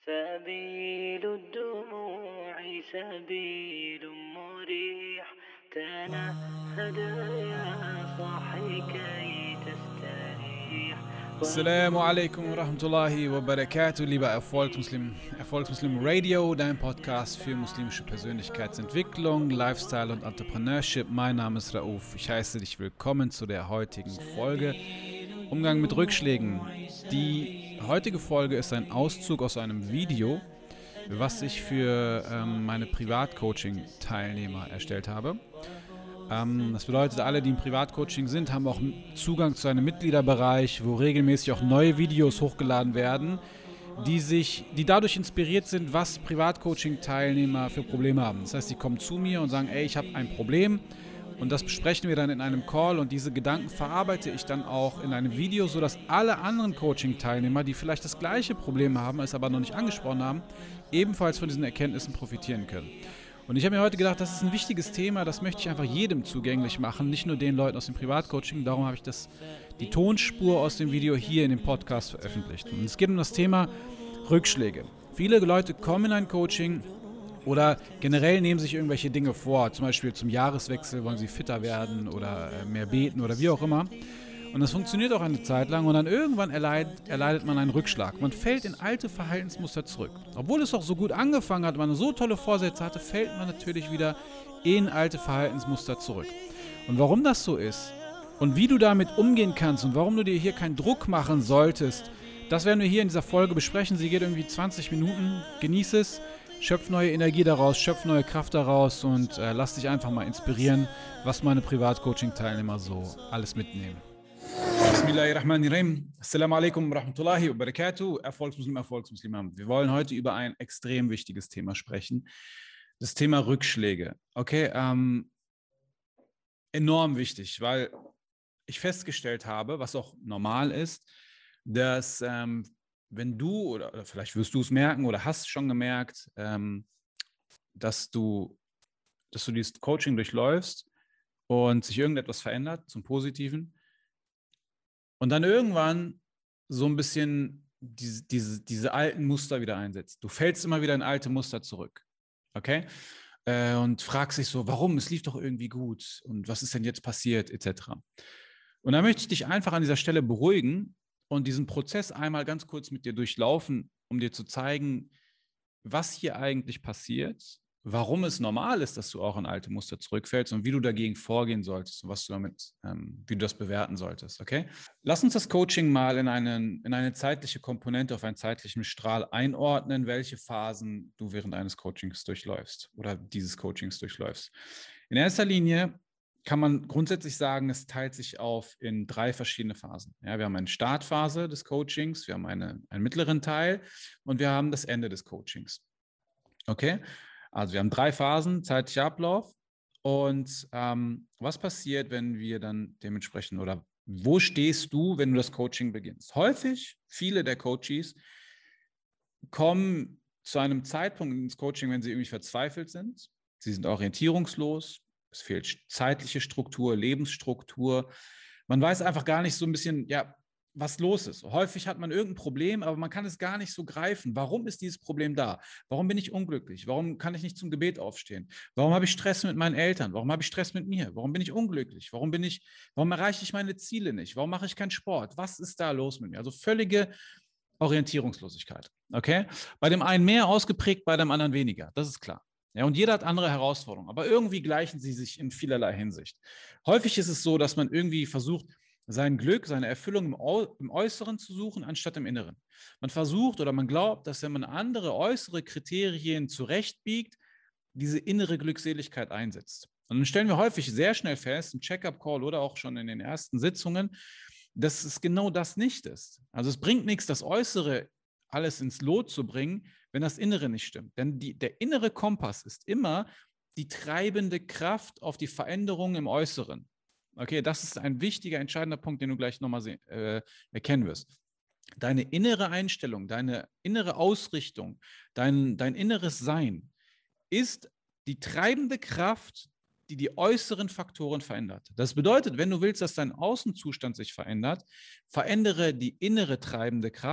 سبيل الدموع سبيل مريح تنهد يا صاحي كي تستريح. Assalamu alaikum wa rahmatullahi wa barakatuh, lieber Erfolgsmuslim Radio, dein Podcast für muslimische Persönlichkeitsentwicklung, Lifestyle und Entrepreneurship. Mein Name ist Rauf. Ich heiße dich willkommen zu der heutigen Folge Umgang mit Rückschlägen. Die heutige Folge ist ein Auszug aus einem Video, was ich für meine Privatcoaching-Teilnehmer erstellt habe. Das bedeutet, alle, die im Privatcoaching sind, haben auch Zugang zu einem Mitgliederbereich, wo regelmäßig auch neue Videos hochgeladen werden, die dadurch inspiriert sind, was Privatcoaching-Teilnehmer für Probleme haben. Das heißt, sie kommen zu mir und sagen, ey, ich habe ein Problem und das besprechen wir dann in einem Call und diese Gedanken verarbeite ich dann auch in einem Video, sodass alle anderen Coaching-Teilnehmer, die vielleicht das gleiche Problem haben, es aber noch nicht angesprochen haben, ebenfalls von diesen Erkenntnissen profitieren können. Und ich habe mir heute gedacht, das ist ein wichtiges Thema, das möchte ich einfach jedem zugänglich machen, nicht nur den Leuten aus dem Privatcoaching. Darum habe ich die Tonspur aus dem Video hier in dem Podcast veröffentlicht. Und es geht um das Thema Rückschläge. Viele Leute kommen in ein Coaching oder generell nehmen sich irgendwelche Dinge vor. Zum Beispiel zum Jahreswechsel wollen sie fitter werden oder mehr beten oder wie auch immer. Und das funktioniert auch eine Zeit lang und dann irgendwann erleidet man einen Rückschlag. Man fällt in alte Verhaltensmuster zurück. Obwohl es auch so gut angefangen hat, man so tolle Vorsätze hatte, fällt man natürlich wieder in alte Verhaltensmuster zurück. Und warum das so ist und wie du damit umgehen kannst und warum du dir hier keinen Druck machen solltest, das werden wir hier in dieser Folge besprechen. Sie geht irgendwie 20 Minuten. Genieß es, schöpf neue Energie daraus, schöpf neue Kraft daraus und lass dich einfach mal inspirieren, was meine Privatcoaching-Teilnehmer so alles mitnehmen. Bismillahirrahmanirrahim. Assalamu alaikum wa rahmatullahi wa barakatuh. Erfolgsmuslim. Wir wollen heute über ein extrem wichtiges Thema sprechen. Das Thema Rückschläge. Okay, enorm wichtig, weil ich festgestellt habe, was auch normal ist, dass wenn du, oder vielleicht wirst du es merken oder hast schon gemerkt, dass du dieses Coaching durchläufst und sich irgendetwas verändert zum Positiven, und dann irgendwann so ein bisschen diese alten Muster wieder einsetzt. Du fällst immer wieder in alte Muster zurück, okay? Und fragst dich so, warum? Es lief doch irgendwie gut und was ist denn jetzt passiert, etc. Und da möchte ich dich einfach an dieser Stelle beruhigen und diesen Prozess einmal ganz kurz mit dir durchlaufen, um dir zu zeigen, was hier eigentlich passiert, warum es normal ist, dass du auch in alte Muster zurückfällst und wie du dagegen vorgehen solltest und wie du das bewerten solltest, okay? Lass uns das Coaching mal in eine zeitliche Komponente, auf einen zeitlichen Strahl einordnen, welche Phasen du während eines Coachings durchläufst oder dieses Coachings durchläufst. In erster Linie kann man grundsätzlich sagen, es teilt sich auf in 3 verschiedene Phasen. Ja, wir haben eine Startphase des Coachings, wir haben einen mittleren Teil und wir haben das Ende des Coachings. Okay? Also wir haben 3 Phasen, zeitlicher Ablauf. Und was passiert, wenn wir dann dementsprechend, oder wo stehst du, wenn du das Coaching beginnst? Häufig, viele der Coaches kommen zu einem Zeitpunkt ins Coaching, wenn sie irgendwie verzweifelt sind. Sie sind orientierungslos. Es fehlt zeitliche Struktur, Lebensstruktur. Man weiß einfach gar nicht so ein bisschen, ja, was los ist. Häufig hat man irgendein Problem, aber man kann es gar nicht so greifen. Warum ist dieses Problem da? Warum bin ich unglücklich? Warum kann ich nicht zum Gebet aufstehen? Warum habe ich Stress mit meinen Eltern? Warum habe ich Stress mit mir? Warum bin ich unglücklich? Warum erreiche ich meine Ziele nicht? Warum mache ich keinen Sport? Was ist da los mit mir? Also völlige Orientierungslosigkeit. Okay? Bei dem einen mehr ausgeprägt, bei dem anderen weniger. Das ist klar. Ja, und jeder hat andere Herausforderungen, aber irgendwie gleichen sie sich in vielerlei Hinsicht. Häufig ist es so, dass man irgendwie versucht, sein Glück, seine Erfüllung im Äußeren zu suchen, anstatt im Inneren. Man versucht oder man glaubt, dass wenn man andere äußere Kriterien zurechtbiegt, diese innere Glückseligkeit einsetzt. Und dann stellen wir häufig sehr schnell fest, im Check-up-Call oder auch schon in den ersten Sitzungen, dass es genau das nicht ist. Also es bringt nichts, das Äußere alles ins Lot zu bringen, wenn das Innere nicht stimmt. Denn der innere Kompass ist immer die treibende Kraft auf die Veränderung im Äußeren. Okay, das ist ein wichtiger, entscheidender Punkt, den du gleich nochmal erkennen wirst. Deine innere Einstellung, deine innere Ausrichtung, dein inneres Sein ist die treibende Kraft, die die äußeren Faktoren verändert. Das bedeutet, wenn du willst, dass dein Außenzustand sich verändert, verändere die innere treibende Kraft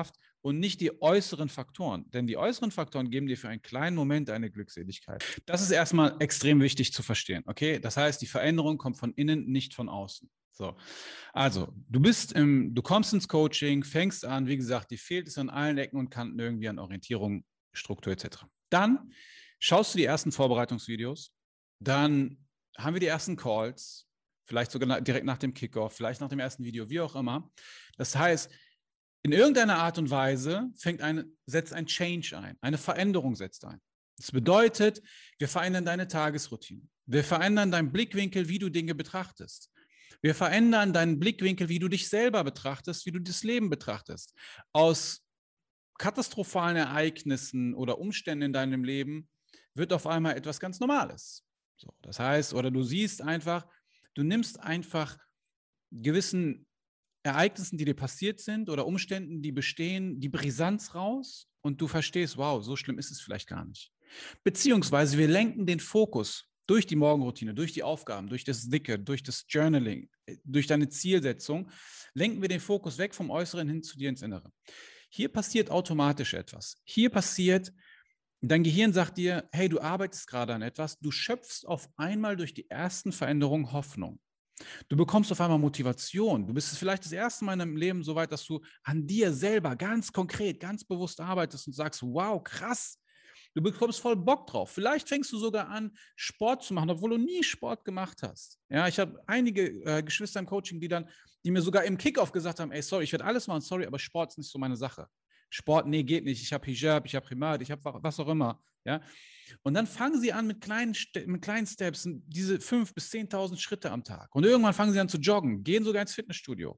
und nicht die äußeren Faktoren. Denn die äußeren Faktoren geben dir für einen kleinen Moment eine Glückseligkeit. Das ist erstmal extrem wichtig zu verstehen, okay? Das heißt, die Veränderung kommt von innen, nicht von außen. So, also du kommst ins Coaching, fängst an, wie gesagt, dir fehlt es an allen Ecken und Kanten irgendwie an Orientierung, Struktur etc. Dann schaust du die ersten Vorbereitungsvideos, dann haben wir die ersten Calls, vielleicht sogar direkt nach dem Kickoff, vielleicht nach dem ersten Video, wie auch immer. Das heißt, in irgendeiner Art und Weise setzt ein Change ein, eine Veränderung setzt ein. Das bedeutet, wir verändern deine Tagesroutine. Wir verändern deinen Blickwinkel, wie du Dinge betrachtest. Wir verändern deinen Blickwinkel, wie du dich selber betrachtest, wie du das Leben betrachtest. Aus katastrophalen Ereignissen oder Umständen in deinem Leben wird auf einmal etwas ganz Normales. So, das heißt, oder du siehst einfach, du nimmst einfach gewissen Ereignissen, die dir passiert sind oder Umständen, die bestehen, die Brisanz raus und du verstehst, wow, so schlimm ist es vielleicht gar nicht. Beziehungsweise wir lenken den Fokus durch die Morgenroutine, durch die Aufgaben, durch das Dicke, durch das Journaling, durch deine Zielsetzung, lenken wir den Fokus weg vom Äußeren hin zu dir ins Innere. Hier passiert automatisch etwas. Hier passiert, dein Gehirn sagt dir, hey, du arbeitest gerade an etwas, du schöpfst auf einmal durch die ersten Veränderungen Hoffnung. Du bekommst auf einmal Motivation. Du bist vielleicht das erste Mal in deinem Leben so weit, dass du an dir selber ganz konkret, ganz bewusst arbeitest und sagst, wow, krass. Du bekommst voll Bock drauf. Vielleicht fängst du sogar an, Sport zu machen, obwohl du nie Sport gemacht hast. Ja, ich habe einige Geschwister im Coaching, die mir sogar im Kickoff gesagt haben, ey, sorry, ich werde alles machen, sorry, aber Sport ist nicht so meine Sache. Sport, nee, geht nicht. Ich habe Hijab, ich habe Primat, ich habe was auch immer. Ja, und dann fangen sie an mit kleinen Steps, diese 5.000 bis 10.000 Schritte am Tag. Und irgendwann fangen sie an zu joggen, gehen sogar ins Fitnessstudio.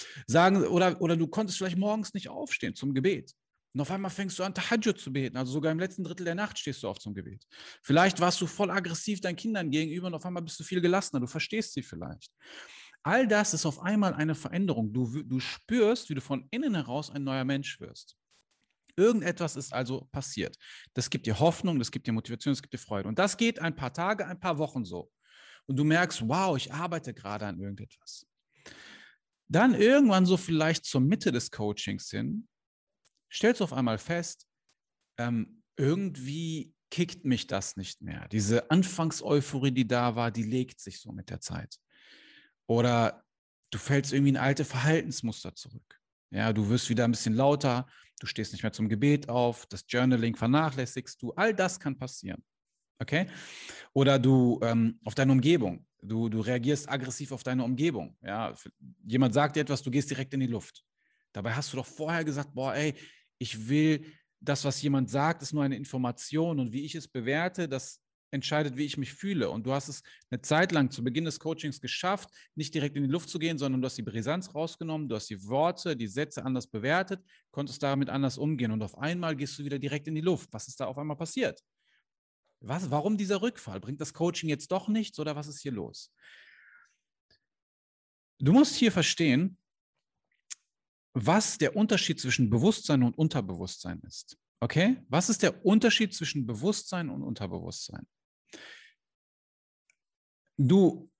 Oder du konntest vielleicht morgens nicht aufstehen zum Gebet. Und auf einmal fängst du an, Tahajjud zu beten. Also sogar im letzten Drittel der Nacht stehst du auf zum Gebet. Vielleicht warst du voll aggressiv deinen Kindern gegenüber und auf einmal bist du viel gelassener. Du verstehst sie vielleicht. All das ist auf einmal eine Veränderung. Du spürst, wie du von innen heraus ein neuer Mensch wirst. Irgendetwas ist also passiert. Das gibt dir Hoffnung, das gibt dir Motivation, das gibt dir Freude. Und das geht ein paar Tage, ein paar Wochen so. Und du merkst, wow, ich arbeite gerade an irgendetwas. Dann irgendwann so vielleicht zur Mitte des Coachings hin, stellst du auf einmal fest, irgendwie kickt mich das nicht mehr. Diese Anfangseuphorie, die da war, die legt sich so mit der Zeit. Oder du fällst irgendwie in alte Verhaltensmuster zurück. Ja, du wirst wieder ein bisschen lauter, du stehst nicht mehr zum Gebet auf, das Journaling vernachlässigst du, all das kann passieren. Okay? Oder du auf deine Umgebung, du reagierst aggressiv auf deine Umgebung. Ja? Jemand sagt dir etwas, du gehst direkt in die Luft. Dabei hast du doch vorher gesagt, boah, ey, ich will, das, was jemand sagt, ist nur eine Information und wie ich es bewerte, das entscheidet, wie ich mich fühle. Und du hast es eine Zeit lang zu Beginn des Coachings geschafft, nicht direkt in die Luft zu gehen, sondern du hast die Brisanz rausgenommen, du hast die Worte, die Sätze anders bewertet, konntest damit anders umgehen und auf einmal gehst du wieder direkt in die Luft. Was ist da auf einmal passiert? Warum dieser Rückfall? Bringt das Coaching jetzt doch nichts oder was ist hier los? Du musst hier verstehen, was der Unterschied zwischen Bewusstsein und Unterbewusstsein ist. Okay? Was ist der Unterschied zwischen Bewusstsein und Unterbewusstsein? Du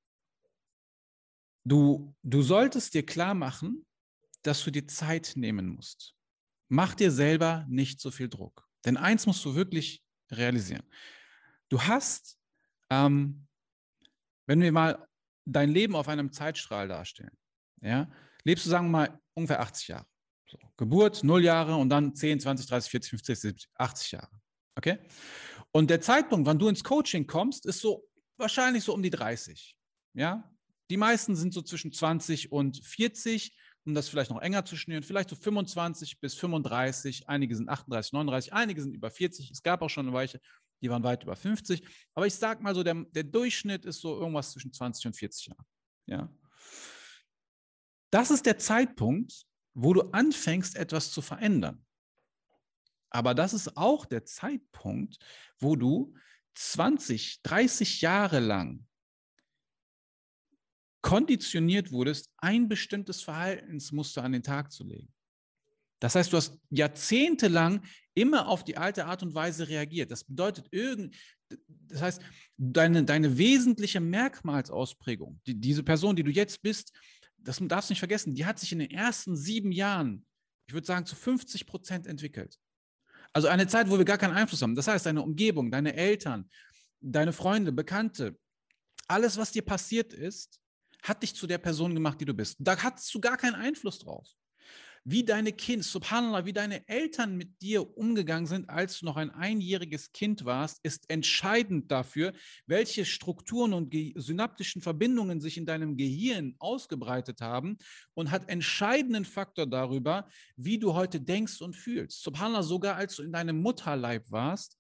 solltest dir klar machen, dass du dir Zeit nehmen musst. Mach dir selber nicht so viel Druck. Denn eins musst du wirklich realisieren. Du hast, wenn wir mal dein Leben auf einem Zeitstrahl darstellen, ja, lebst du, sagen wir mal, ungefähr 80 Jahre. So, Geburt 0 Jahre und dann 10, 20, 30, 40, 50, 70, 80 Jahre. Okay? Und der Zeitpunkt, wann du ins Coaching kommst, ist so wahrscheinlich so um die 30. Ja? Die meisten sind so zwischen 20 und 40, um das vielleicht noch enger zu schnüren, vielleicht so 25 bis 35, einige sind 38, 39, einige sind über 40. Es gab auch schon welche, die waren weit über 50. Aber ich sage mal so, der Durchschnitt ist so irgendwas zwischen 20 und 40 Jahren. Ja? Das ist der Zeitpunkt, wo du anfängst, etwas zu verändern. Aber das ist auch der Zeitpunkt, wo du 20, 30 Jahre lang konditioniert wurdest, ein bestimmtes Verhaltensmuster an den Tag zu legen. Das heißt, du hast jahrzehntelang immer auf die alte Art und Weise reagiert. Das bedeutet, das heißt, deine wesentliche Merkmalsausprägung, diese Person, die du jetzt bist, das darfst du nicht vergessen, die hat sich in den ersten 7 Jahren ich würde sagen, zu 50% entwickelt. Also eine Zeit, wo wir gar keinen Einfluss haben. Das heißt, deine Umgebung, deine Eltern, deine Freunde, Bekannte, alles, was dir passiert ist, hat dich zu der Person gemacht, die du bist. Da hattest du gar keinen Einfluss drauf. Wie deine Kinder, subhanallah, wie deine Eltern mit dir umgegangen sind, als du noch ein einjähriges Kind warst, ist entscheidend dafür, welche Strukturen und synaptischen Verbindungen sich in deinem Gehirn ausgebreitet haben und hat entscheidenden Faktor darüber, wie du heute denkst und fühlst. Subhanallah, sogar als du in deinem Mutterleib warst,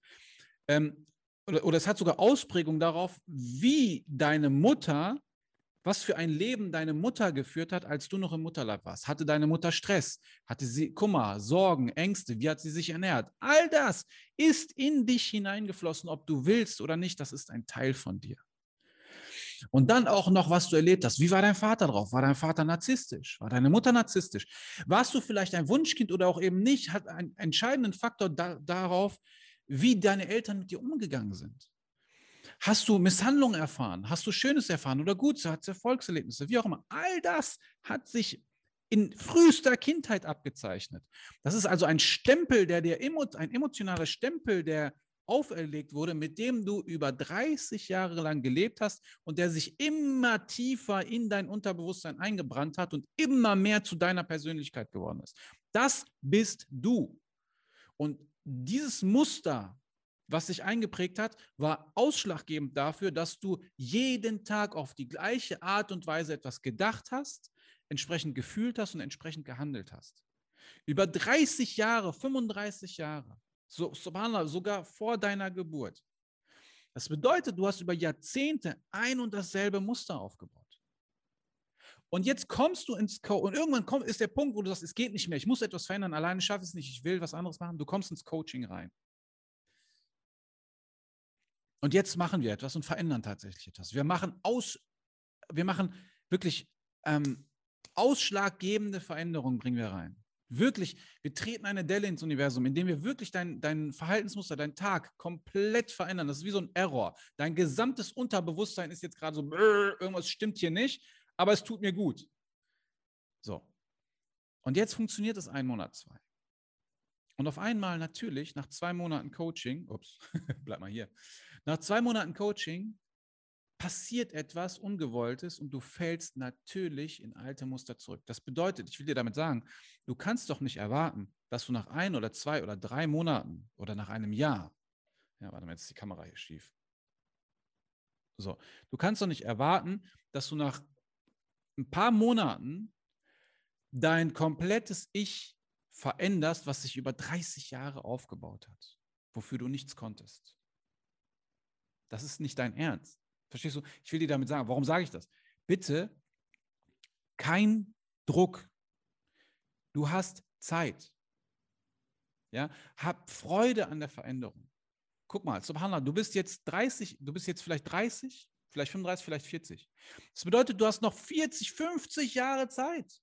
oder es hat sogar Ausprägung darauf, wie deine Mutter, was für ein Leben deine Mutter geführt hat, als du noch im Mutterleib warst. Hatte deine Mutter Stress? Hatte sie Kummer, Sorgen, Ängste? Wie hat sie sich ernährt? All das ist in dich hineingeflossen, ob du willst oder nicht. Das ist ein Teil von dir. Und dann auch noch, was du erlebt hast. Wie war dein Vater drauf? War dein Vater narzisstisch? War deine Mutter narzisstisch? Warst du vielleicht ein Wunschkind oder auch eben nicht? Hat einen entscheidenden Faktor darauf, wie deine Eltern mit dir umgegangen sind. Hast du Misshandlungen erfahren? Hast du Schönes erfahren oder Gutes? Hat es Erfolgserlebnisse? Wie auch immer. All das hat sich in frühester Kindheit abgezeichnet. Das ist also ein Stempel, ein emotionaler Stempel, der auferlegt wurde, mit dem du über 30 Jahre lang gelebt hast und der sich immer tiefer in dein Unterbewusstsein eingebrannt hat und immer mehr zu deiner Persönlichkeit geworden ist. Das bist du. Und dieses Muster, was sich eingeprägt hat, war ausschlaggebend dafür, dass du jeden Tag auf die gleiche Art und Weise etwas gedacht hast, entsprechend gefühlt hast und entsprechend gehandelt hast. Über 30 Jahre, 35 Jahre, sogar vor deiner Geburt. Das bedeutet, du hast über Jahrzehnte ein und dasselbe Muster aufgebaut. Und jetzt kommst du ins Coaching und irgendwann ist der Punkt, wo du sagst, es geht nicht mehr, ich muss etwas verändern, alleine schaffe ich es nicht, ich will was anderes machen. Du kommst ins Coaching rein. Und jetzt machen wir etwas und verändern tatsächlich etwas. Wir machen wirklich ausschlaggebende Veränderungen bringen wir rein. Wirklich, wir treten eine Delle ins Universum, indem wir wirklich dein Verhaltensmuster, deinen Tag komplett verändern. Das ist wie so ein Error. Dein gesamtes Unterbewusstsein ist jetzt gerade so, irgendwas stimmt hier nicht, aber es tut mir gut. So. Und jetzt funktioniert es 1 Monat, 2. Und auf einmal natürlich, nach 2 Monaten Coaching, bleib mal hier, nach 2 Monaten Coaching passiert etwas Ungewolltes und du fällst natürlich in alte Muster zurück. Das bedeutet, ich will dir damit sagen, du kannst doch nicht erwarten, dass du nach 1 oder 2 oder 3 Monaten oder nach einem Jahr, ja, warte mal, jetzt ist die Kamera hier schief. So, du kannst doch nicht erwarten, dass du nach ein paar Monaten dein komplettes Ich veränderst, was sich über 30 Jahre aufgebaut hat, wofür du nichts konntest. Das ist nicht dein Ernst. Verstehst du? Ich will dir damit sagen, warum sage ich das? Bitte kein Druck. Du hast Zeit. Ja? Hab Freude an der Veränderung. Guck mal, subhanallah, du bist jetzt vielleicht 30, vielleicht 35, vielleicht 40. Das bedeutet, du hast noch 40, 50 Jahre Zeit,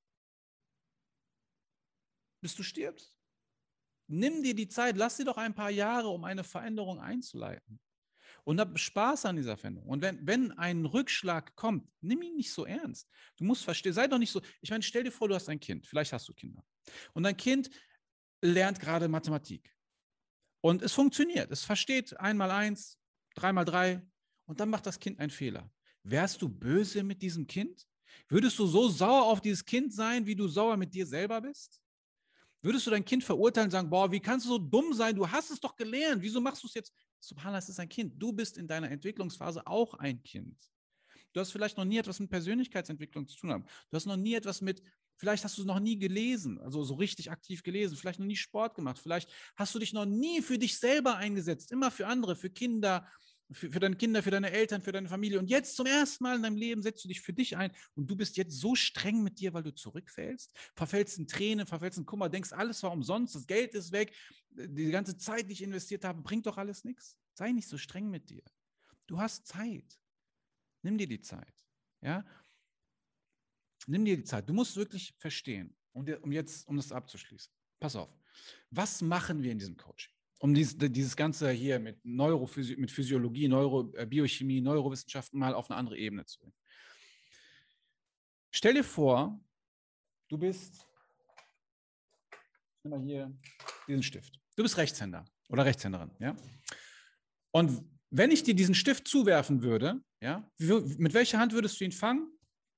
bis du stirbst. Nimm dir die Zeit, lass dir doch ein paar Jahre, um eine Veränderung einzuleiten. Und hab Spaß an dieser Veränderung. Und wenn ein Rückschlag kommt, nimm ihn nicht so ernst. Du musst verstehen, sei doch nicht so, ich meine, stell dir vor, du hast ein Kind, vielleicht hast du Kinder. Und dein Kind lernt gerade Mathematik. Und es funktioniert, es versteht 1 mal 1, 3 mal 3 und dann macht das Kind einen Fehler. Wärst du böse mit diesem Kind? Würdest du so sauer auf dieses Kind sein, wie du sauer mit dir selber bist? Würdest du dein Kind verurteilen und sagen, boah, wie kannst du so dumm sein? Du hast es doch gelernt. Wieso machst du es jetzt? Subhanallah, es ist ein Kind. Du bist in deiner Entwicklungsphase auch ein Kind. Du hast vielleicht noch nie etwas mit Persönlichkeitsentwicklung zu tun haben. Du hast noch nie etwas vielleicht hast du es noch nie gelesen, also so richtig aktiv gelesen, vielleicht noch nie Sport gemacht, vielleicht hast du dich noch nie für dich selber eingesetzt, immer für andere, für Kinder, für deine Kinder, für deine Eltern, für deine Familie. Und jetzt zum ersten Mal in deinem Leben setzt du dich für dich ein und du bist jetzt so streng mit dir, weil du zurückfällst, verfällst in Tränen, verfällst in Kummer, denkst, alles war umsonst, das Geld ist weg, die ganze Zeit, die ich investiert habe, bringt doch alles nichts. Sei nicht so streng mit dir. Du hast Zeit. Nimm dir die Zeit. Ja? Nimm dir die Zeit. Du musst wirklich verstehen, um das abzuschließen. Pass auf. Was machen wir in diesem Coaching? Um dieses Ganze hier mit mit Physiologie, Biochemie, Neurowissenschaften mal auf eine andere Ebene zu bringen. Stell dir vor, du bist nimm mal hier diesen Stift. Du bist Rechtshänder oder Rechtshänderin, ja? Und wenn ich dir diesen Stift zuwerfen würde, ja, mit welcher Hand würdest du ihn fangen?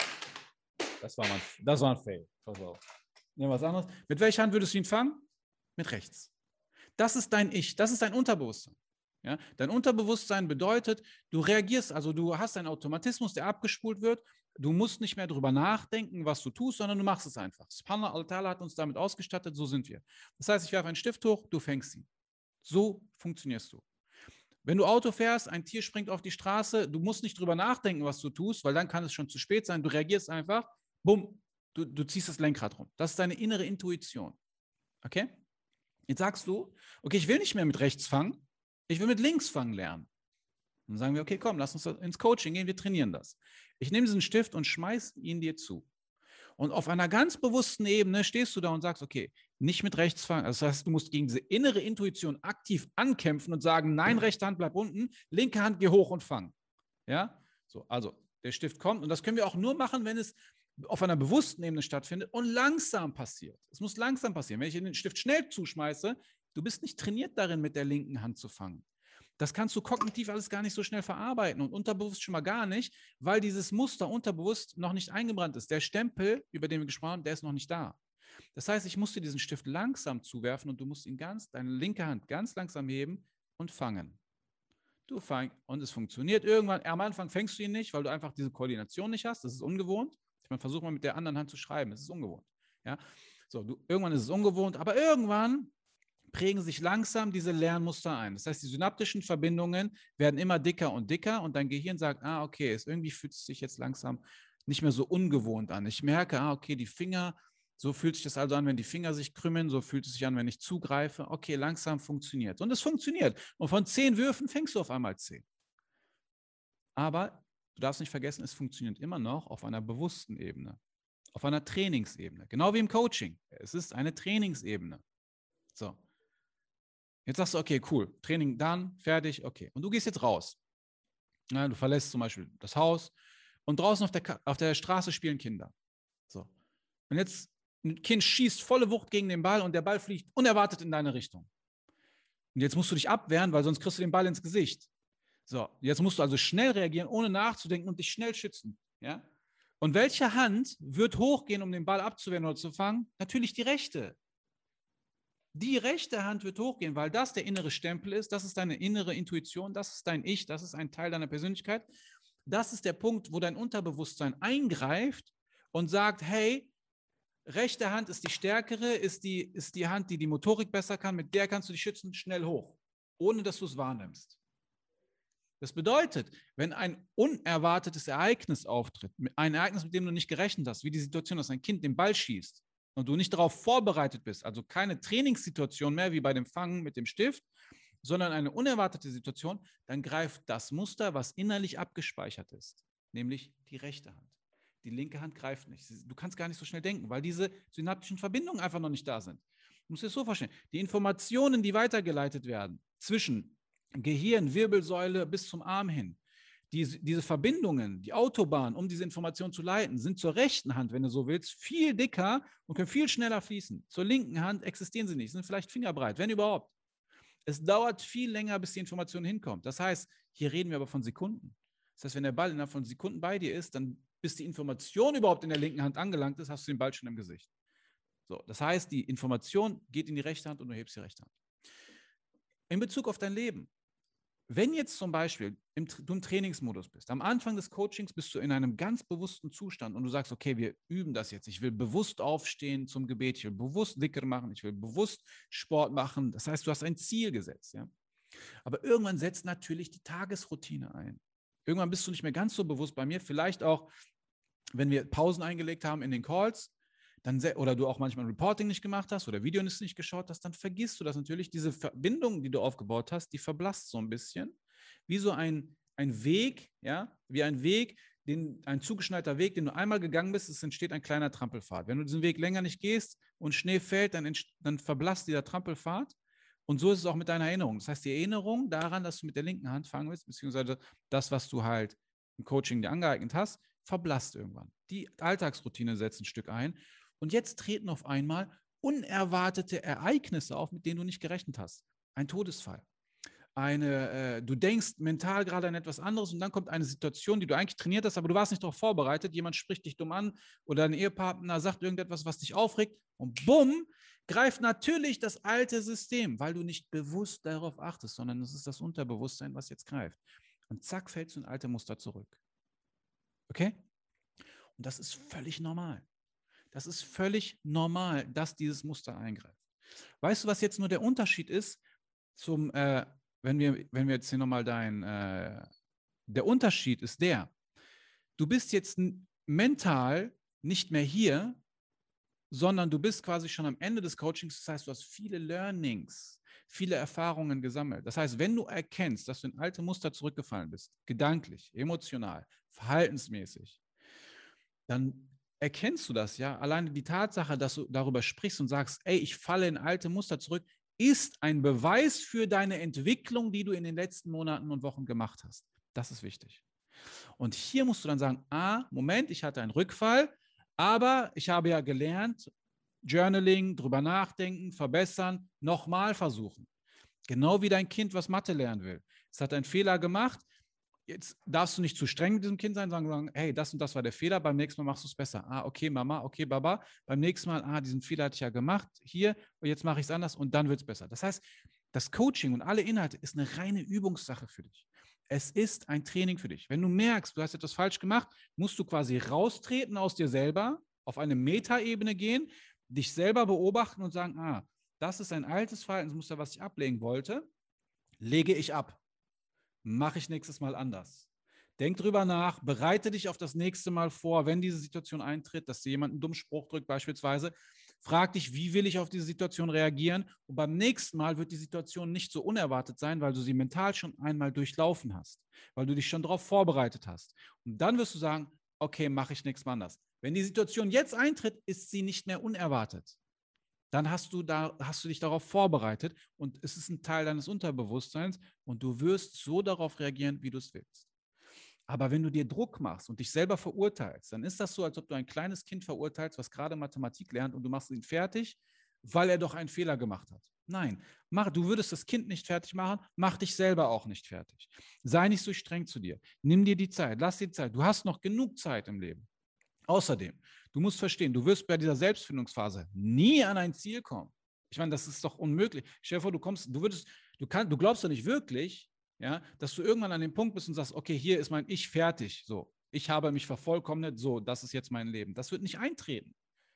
Das war ein Fail. Pass auf. Nehmen wir was anderes. Mit welcher Hand würdest du ihn fangen? Mit rechts. Das ist dein Ich, das ist dein Unterbewusstsein. Ja? Dein Unterbewusstsein bedeutet, du reagierst, also du hast einen Automatismus, der abgespult wird. Du musst nicht mehr darüber nachdenken, was du tust, sondern du machst es einfach. Subhanahu wa ta'ala hat uns damit ausgestattet, so sind wir. Das heißt, ich werfe einen Stift hoch, du fängst ihn. So funktionierst du. Wenn du Auto fährst, ein Tier springt auf die Straße, du musst nicht drüber nachdenken, was du tust, weil dann kann es schon zu spät sein. Du reagierst einfach, bumm, du ziehst das Lenkrad rum. Das ist deine innere Intuition. Okay? Jetzt sagst du, okay, ich will nicht mehr mit rechts fangen, ich will mit links fangen lernen. Dann sagen wir, okay, komm, lass uns ins Coaching gehen, wir trainieren das. Ich nehme diesen Stift und schmeiße ihn dir zu. Und auf einer ganz bewussten Ebene stehst du da und sagst, okay, nicht mit rechts fangen. Also das heißt, du musst gegen diese innere Intuition aktiv ankämpfen und sagen, nein, rechte Hand bleib unten, linke Hand geh hoch und fang. Ja, so, also der Stift kommt und das können wir auch nur machen, wenn es auf einer bewussten Ebene stattfindet und langsam passiert. Es muss langsam passieren. Wenn ich den Stift schnell zuschmeiße, du bist nicht trainiert darin, mit der linken Hand zu fangen. Das kannst du kognitiv alles gar nicht so schnell verarbeiten und unterbewusst schon mal gar nicht, weil dieses Muster unterbewusst noch nicht eingebrannt ist. Der Stempel, über den wir gesprochen haben, der ist noch nicht da. Das heißt, ich muss dir diesen Stift langsam zuwerfen und du musst ihn deine linke Hand ganz langsam heben und fangen. Du fängst und es funktioniert irgendwann. Am Anfang fängst du ihn nicht, weil du einfach diese Koordination nicht hast. Das ist ungewohnt. Ich meine, versuch mal mit der anderen Hand zu schreiben. Das ist ungewohnt. Ja? So, irgendwann ist es ungewohnt, aber irgendwann prägen sich langsam diese Lernmuster ein. Das heißt, die synaptischen Verbindungen werden immer dicker und dicker und dein Gehirn sagt, okay, irgendwie fühlt es sich jetzt langsam nicht mehr so ungewohnt an. Ich merke, okay, die Finger, so fühlt sich das also an, wenn die Finger sich krümmen, so fühlt es sich an, wenn ich zugreife. Okay, langsam funktioniert. Und es funktioniert. Und von 10 Würfen fängst du auf einmal 10. Aber du darfst nicht vergessen, es funktioniert immer noch auf einer bewussten Ebene, auf einer Trainingsebene. Genau wie im Coaching. Es ist eine Trainingsebene. So. Jetzt sagst du, okay, cool, Training dann, fertig, okay. Und du gehst jetzt raus. Ja, du verlässt zum Beispiel das Haus und draußen auf der Straße spielen Kinder. So. Und jetzt ein Kind schießt volle Wucht gegen den Ball und der Ball fliegt unerwartet in deine Richtung. Und jetzt musst du dich abwehren, weil sonst kriegst du den Ball ins Gesicht. So, jetzt musst du also schnell reagieren, ohne nachzudenken und dich schnell schützen. Ja? Und welche Hand wird hochgehen, um den Ball abzuwehren oder zu fangen? Natürlich die rechte. Die rechte Hand wird hochgehen, weil das der innere Stempel ist, das ist deine innere Intuition, das ist dein Ich, das ist ein Teil deiner Persönlichkeit. Das ist der Punkt, wo dein Unterbewusstsein eingreift und sagt, hey, rechte Hand ist die stärkere, ist die Hand, die Motorik besser kann, mit der kannst du dich schützen, schnell hoch, ohne dass du es wahrnimmst. Das bedeutet, wenn ein unerwartetes Ereignis auftritt, ein Ereignis, mit dem du nicht gerechnet hast, wie die Situation, dass ein Kind den Ball schießt und du nicht darauf vorbereitet bist, also keine Trainingssituation mehr wie bei dem Fangen mit dem Stift, sondern eine unerwartete Situation, dann greift das Muster, was innerlich abgespeichert ist, nämlich die rechte Hand. Die linke Hand greift nicht. Du kannst gar nicht so schnell denken, weil diese synaptischen Verbindungen einfach noch nicht da sind. Du musst dir das so vorstellen. Die Informationen, die weitergeleitet werden zwischen Gehirn, Wirbelsäule bis zum Arm hin, diese Verbindungen, die Autobahn, um diese Information zu leiten, sind zur rechten Hand, wenn du so willst, viel dicker und können viel schneller fließen. Zur linken Hand existieren sie nicht, sind vielleicht fingerbreit, wenn überhaupt. Es dauert viel länger, bis die Information hinkommt. Das heißt, hier reden wir aber von Sekunden. Das heißt, wenn der Ball innerhalb von Sekunden bei dir ist, dann bis die Information überhaupt in der linken Hand angelangt ist, hast du den Ball schon im Gesicht. So, das heißt, die Information geht in die rechte Hand und du hebst die rechte Hand. In Bezug auf dein Leben. Wenn jetzt zum Beispiel du im Trainingsmodus bist, am Anfang des Coachings bist du in einem ganz bewussten Zustand und du sagst, okay, wir üben das jetzt. Ich will bewusst aufstehen zum Gebet, ich will bewusst Dhikr machen, ich will bewusst Sport machen. Das heißt, du hast ein Ziel gesetzt. Ja? Aber irgendwann setzt natürlich die Tagesroutine ein. Irgendwann bist du nicht mehr ganz so bewusst bei mir. Vielleicht auch, wenn wir Pausen eingelegt haben in den Calls, oder du auch manchmal Reporting nicht gemacht hast oder Videos nicht geschaut hast, dann vergisst du das natürlich. Diese Verbindung, die du aufgebaut hast, die verblasst so ein bisschen. Wie so ein Weg, ja, wie ein Weg, ein zugeschneiter Weg, den du einmal gegangen bist, es entsteht ein kleiner Trampelpfad. Wenn du diesen Weg länger nicht gehst und Schnee fällt, dann verblasst dieser Trampelpfad. Und so ist es auch mit deiner Erinnerung. Das heißt, die Erinnerung daran, dass du mit der linken Hand fangen willst, beziehungsweise das, was du halt im Coaching dir angeeignet hast, verblasst irgendwann. Die Alltagsroutine setzt ein Stück ein. Und jetzt treten auf einmal unerwartete Ereignisse auf, mit denen du nicht gerechnet hast. Ein Todesfall. Du denkst mental gerade an etwas anderes und dann kommt eine Situation, die du eigentlich trainiert hast, aber du warst nicht darauf vorbereitet. Jemand spricht dich dumm an oder dein Ehepartner sagt irgendetwas, was dich aufregt und bumm, greift natürlich das alte System, weil du nicht bewusst darauf achtest, sondern es ist das Unterbewusstsein, was jetzt greift. Und zack, fällst du in alte Muster zurück. Okay? Und das ist völlig normal. Das ist völlig normal, dass dieses Muster eingreift. Weißt du, was jetzt nur der Unterschied ist zum, wenn wir jetzt hier nochmal der Unterschied ist du bist jetzt mental nicht mehr hier, sondern du bist quasi schon am Ende des Coachings. Das heißt, du hast viele Learnings, viele Erfahrungen gesammelt. Das heißt, wenn du erkennst, dass du in alte Muster zurückgefallen bist, gedanklich, emotional, verhaltensmäßig, dann erkennst du das, ja. Alleine die Tatsache, dass du darüber sprichst und sagst, ey, ich falle in alte Muster zurück, ist ein Beweis für deine Entwicklung, die du in den letzten Monaten und Wochen gemacht hast. Das ist wichtig. Und hier musst du dann sagen, Moment, ich hatte einen Rückfall, aber ich habe ja gelernt, Journaling, drüber nachdenken, verbessern, nochmal versuchen. Genau wie dein Kind, was Mathe lernen will. Es hat einen Fehler gemacht. Jetzt darfst du nicht zu streng mit diesem Kind sein, sagen, hey, das und das war der Fehler, beim nächsten Mal machst du es besser. Okay, Mama, okay, Baba, beim nächsten Mal, diesen Fehler hatte ich ja gemacht, hier, und jetzt mache ich es anders und dann wird es besser. Das heißt, das Coaching und alle Inhalte ist eine reine Übungssache für dich. Es ist ein Training für dich. Wenn du merkst, du hast etwas falsch gemacht, musst du quasi raustreten aus dir selber, auf eine Metaebene gehen, dich selber beobachten und sagen, das ist ein altes Verhaltensmuster, was ich ablegen wollte, lege ich ab. Mache ich nächstes Mal anders. Denk drüber nach, bereite dich auf das nächste Mal vor, wenn diese Situation eintritt, dass dir jemand einen dummen Spruch drückt beispielsweise. Frag dich, wie will ich auf diese Situation reagieren? Und beim nächsten Mal wird die Situation nicht so unerwartet sein, weil du sie mental schon einmal durchlaufen hast, weil du dich schon darauf vorbereitet hast. Und dann wirst du sagen, okay, mache ich nächstes Mal anders. Wenn die Situation jetzt eintritt, ist sie nicht mehr unerwartet. Dann hast du dich darauf vorbereitet und es ist ein Teil deines Unterbewusstseins und du wirst so darauf reagieren, wie du es willst. Aber wenn du dir Druck machst und dich selber verurteilst, dann ist das so, als ob du ein kleines Kind verurteilst, was gerade Mathematik lernt und du machst ihn fertig, weil er doch einen Fehler gemacht hat. Nein, du würdest das Kind nicht fertig machen, mach dich selber auch nicht fertig. Sei nicht so streng zu dir. Nimm dir die Zeit, lass dir Zeit. Du hast noch genug Zeit im Leben. Außerdem, du musst verstehen, du wirst bei dieser Selbstfindungsphase nie an ein Ziel kommen. Ich meine, das ist doch unmöglich. Stell dir vor, du glaubst doch nicht wirklich, ja, dass du irgendwann an dem Punkt bist und sagst, okay, hier ist mein Ich fertig. So, ich habe mich vervollkommnet, so, das ist jetzt mein Leben. Das wird nicht eintreten.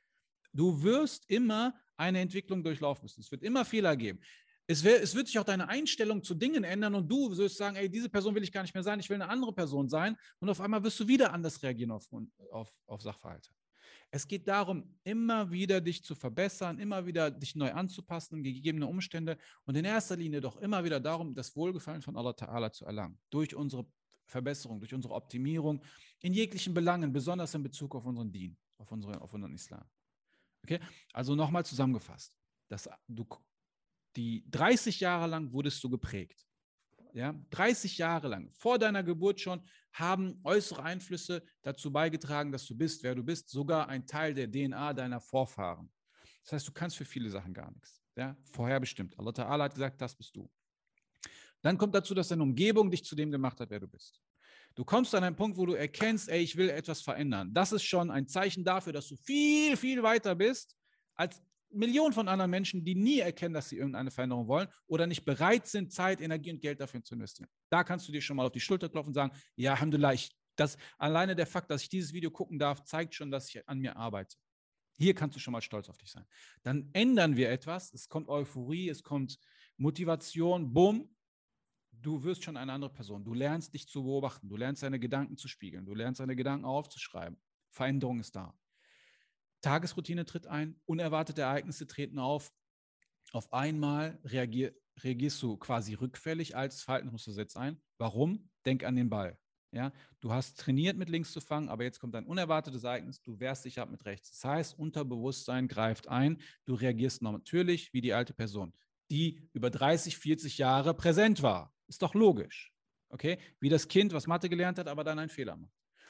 Du wirst immer eine Entwicklung durchlaufen müssen. Es wird immer Fehler geben. Es wird sich auch deine Einstellung zu Dingen ändern und du wirst sagen, ey, diese Person will ich gar nicht mehr sein, ich will eine andere Person sein und auf einmal wirst du wieder anders reagieren auf Sachverhalte. Es geht darum, immer wieder dich zu verbessern, immer wieder dich neu anzupassen an gegebene Umstände und in erster Linie doch immer wieder darum, das Wohlgefallen von Allah Ta'ala zu erlangen, durch unsere Verbesserung, durch unsere Optimierung in jeglichen Belangen, besonders in Bezug auf unseren Dien, auf unseren Islam. Okay? Also nochmal zusammengefasst, die 30 Jahre lang wurdest du geprägt. Ja, 30 Jahre lang, vor deiner Geburt schon, haben äußere Einflüsse dazu beigetragen, dass du bist, wer du bist, sogar ein Teil der DNA deiner Vorfahren. Das heißt, du kannst für viele Sachen gar nichts. Ja, vorherbestimmt. Allah Ta'ala hat gesagt, das bist du. Dann kommt dazu, dass deine Umgebung dich zu dem gemacht hat, wer du bist. Du kommst an einen Punkt, wo du erkennst, ey, ich will etwas verändern. Das ist schon ein Zeichen dafür, dass du viel, viel weiter bist als Millionen von anderen Menschen, die nie erkennen, dass sie irgendeine Veränderung wollen oder nicht bereit sind, Zeit, Energie und Geld dafür zu investieren. Da kannst du dir schon mal auf die Schulter klopfen und sagen, ja, Alhamdulillah, alleine der Fakt, dass ich dieses Video gucken darf, zeigt schon, dass ich an mir arbeite. Hier kannst du schon mal stolz auf dich sein. Dann ändern wir etwas, es kommt Euphorie, es kommt Motivation, bumm, du wirst schon eine andere Person. Du lernst dich zu beobachten, du lernst deine Gedanken zu spiegeln, du lernst deine Gedanken aufzuschreiben. Veränderung ist da. Tagesroutine tritt ein, unerwartete Ereignisse treten auf. Auf einmal reagierst du quasi rückfällig, altes Verhaltensmuster setzt ein. Warum? Denk an den Ball. Ja? Du hast trainiert, mit links zu fangen, aber jetzt kommt ein unerwartetes Ereignis, du wehrst dich ab mit rechts. Das heißt, Unterbewusstsein greift ein, du reagierst natürlich wie die alte Person, die über 30, 40 Jahre präsent war. Ist doch logisch. Okay? Wie das Kind, was Mathe gelernt hat, aber dann einen Fehler macht.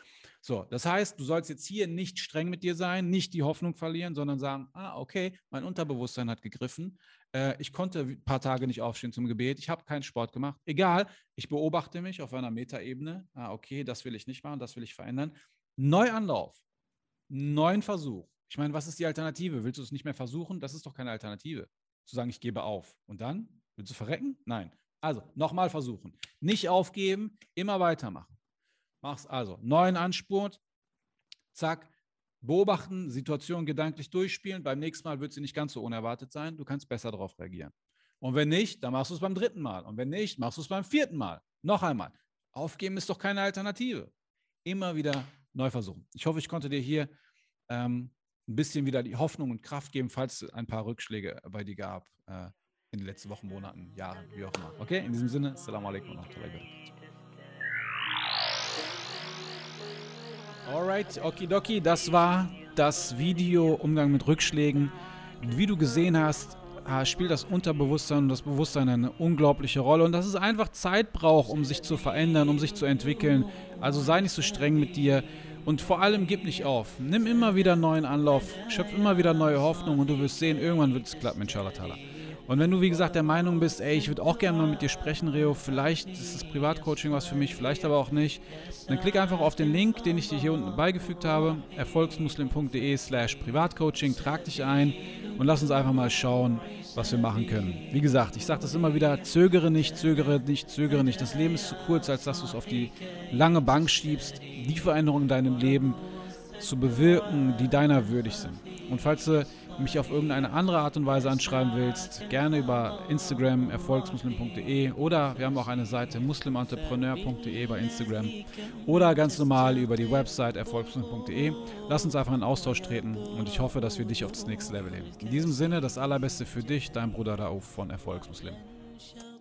So, das heißt, du sollst jetzt hier nicht streng mit dir sein, nicht die Hoffnung verlieren, sondern sagen, okay, mein Unterbewusstsein hat gegriffen. Ich konnte ein paar Tage nicht aufstehen zum Gebet. Ich habe keinen Sport gemacht. Egal, ich beobachte mich auf einer Metaebene. Okay, das will ich nicht machen, das will ich verändern. Neuanlauf, neuen Versuch. Ich meine, was ist die Alternative? Willst du es nicht mehr versuchen? Das ist doch keine Alternative. Zu sagen, ich gebe auf. Und dann? Willst du verrecken? Nein. Also, nochmal versuchen. Nicht aufgeben, immer weitermachen. Mach's also. Neuen Anspurt, zack, beobachten, Situation gedanklich durchspielen. Beim nächsten Mal wird sie nicht ganz so unerwartet sein. Du kannst besser darauf reagieren. Und wenn nicht, dann machst du es beim 3. Mal. Und wenn nicht, machst du es beim 4. Mal. Noch einmal. Aufgeben ist doch keine Alternative. Immer wieder neu versuchen. Ich hoffe, ich konnte dir hier ein bisschen wieder die Hoffnung und Kraft geben, falls es ein paar Rückschläge bei dir gab in den letzten Wochen, Monaten, Jahren, wie auch immer. Okay, in diesem Sinne, Assalamu alaikum wa rahmatullahi wa barakatuh. Alright, okidoki, das war das Video Umgang mit Rückschlägen. Wie du gesehen hast, spielt das Unterbewusstsein und das Bewusstsein eine unglaubliche Rolle und dass es einfach Zeit braucht, um sich zu verändern, um sich zu entwickeln. Also sei nicht so streng mit dir und vor allem gib nicht auf. Nimm immer wieder einen neuen Anlauf, schöpf immer wieder neue Hoffnung und du wirst sehen, irgendwann wird es klappen, inshallah ta'ala. Und wenn du, wie gesagt, der Meinung bist, ich würde auch gerne mal mit dir sprechen, Reo, vielleicht ist das Privatcoaching was für mich, vielleicht aber auch nicht, dann klick einfach auf den Link, den ich dir hier unten beigefügt habe, erfolgsmuslim.de/Privatcoaching, trag dich ein und lass uns einfach mal schauen, was wir machen können. Wie gesagt, ich sage das immer wieder, zögere nicht, zögere nicht, zögere nicht. Das Leben ist zu kurz, als dass du es auf die lange Bank schiebst, die Veränderungen in deinem Leben zu bewirken, die deiner würdig sind. Und falls du mich auf irgendeine andere Art und Weise anschreiben willst, gerne über Instagram erfolgsmuslim.de oder wir haben auch eine Seite muslimentrepreneur.de bei Instagram oder ganz normal über die Website erfolgsmuslim.de. Lass uns einfach in Austausch treten und ich hoffe, dass wir dich auf das nächste Level heben. In diesem Sinne, das Allerbeste für dich, dein Bruder Rauf von Erfolgsmuslim.